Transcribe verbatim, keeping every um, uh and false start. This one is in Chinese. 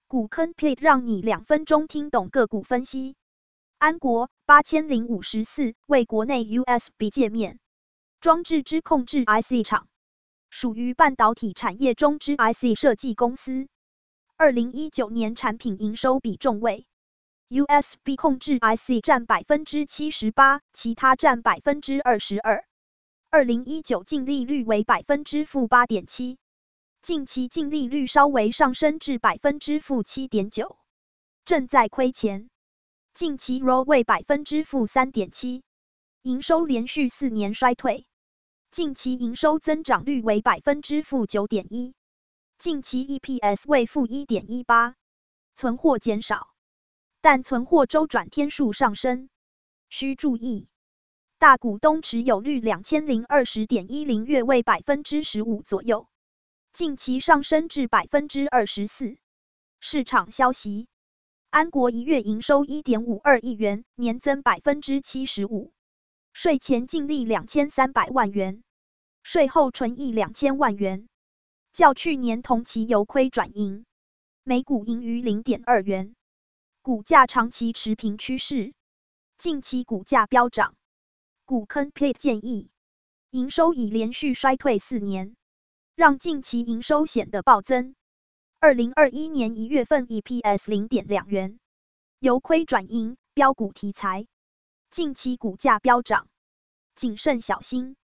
股坑 plate 让你两分钟听懂个股分析。安国八千零五十四为国内 U S B 界面装置之控制 I C 厂，属于半导体产业中之 I C 设计公司。二零一九年产品营收比重为 U S B 控制 I C 占 百分之七十八， 其他占 百分之二十二。二零一九净利率为 百分之八点七， 近期净利率稍微上升至 百分之七点九， 正在亏钱。近期 R O E 为 百分之三点七， 营收连续四年衰退，近期营收增长率为 百分之九点一， 近期 E P S 为 一点一八， 存货减少，但存货周转天数上升。需注意，大股东持有率 两千零二十点一零 月为 百分之十五 左右，近期上升至 百分之二十四。市场消息，安国一月营收 一点五二亿元，年增 百分之七十五， 税前净利两千三百万元，税后纯益两千万元，较去年同期由亏转盈，每股盈余 零点二元，股价长期持平趋势，近期股价飙涨。股坑 plate 建议，营收已连续衰退四年，让近期营收显得暴增。二零二一年一月份 E P S 零点二元，由亏转盈，标股题材，近期股价飙涨，谨慎小心。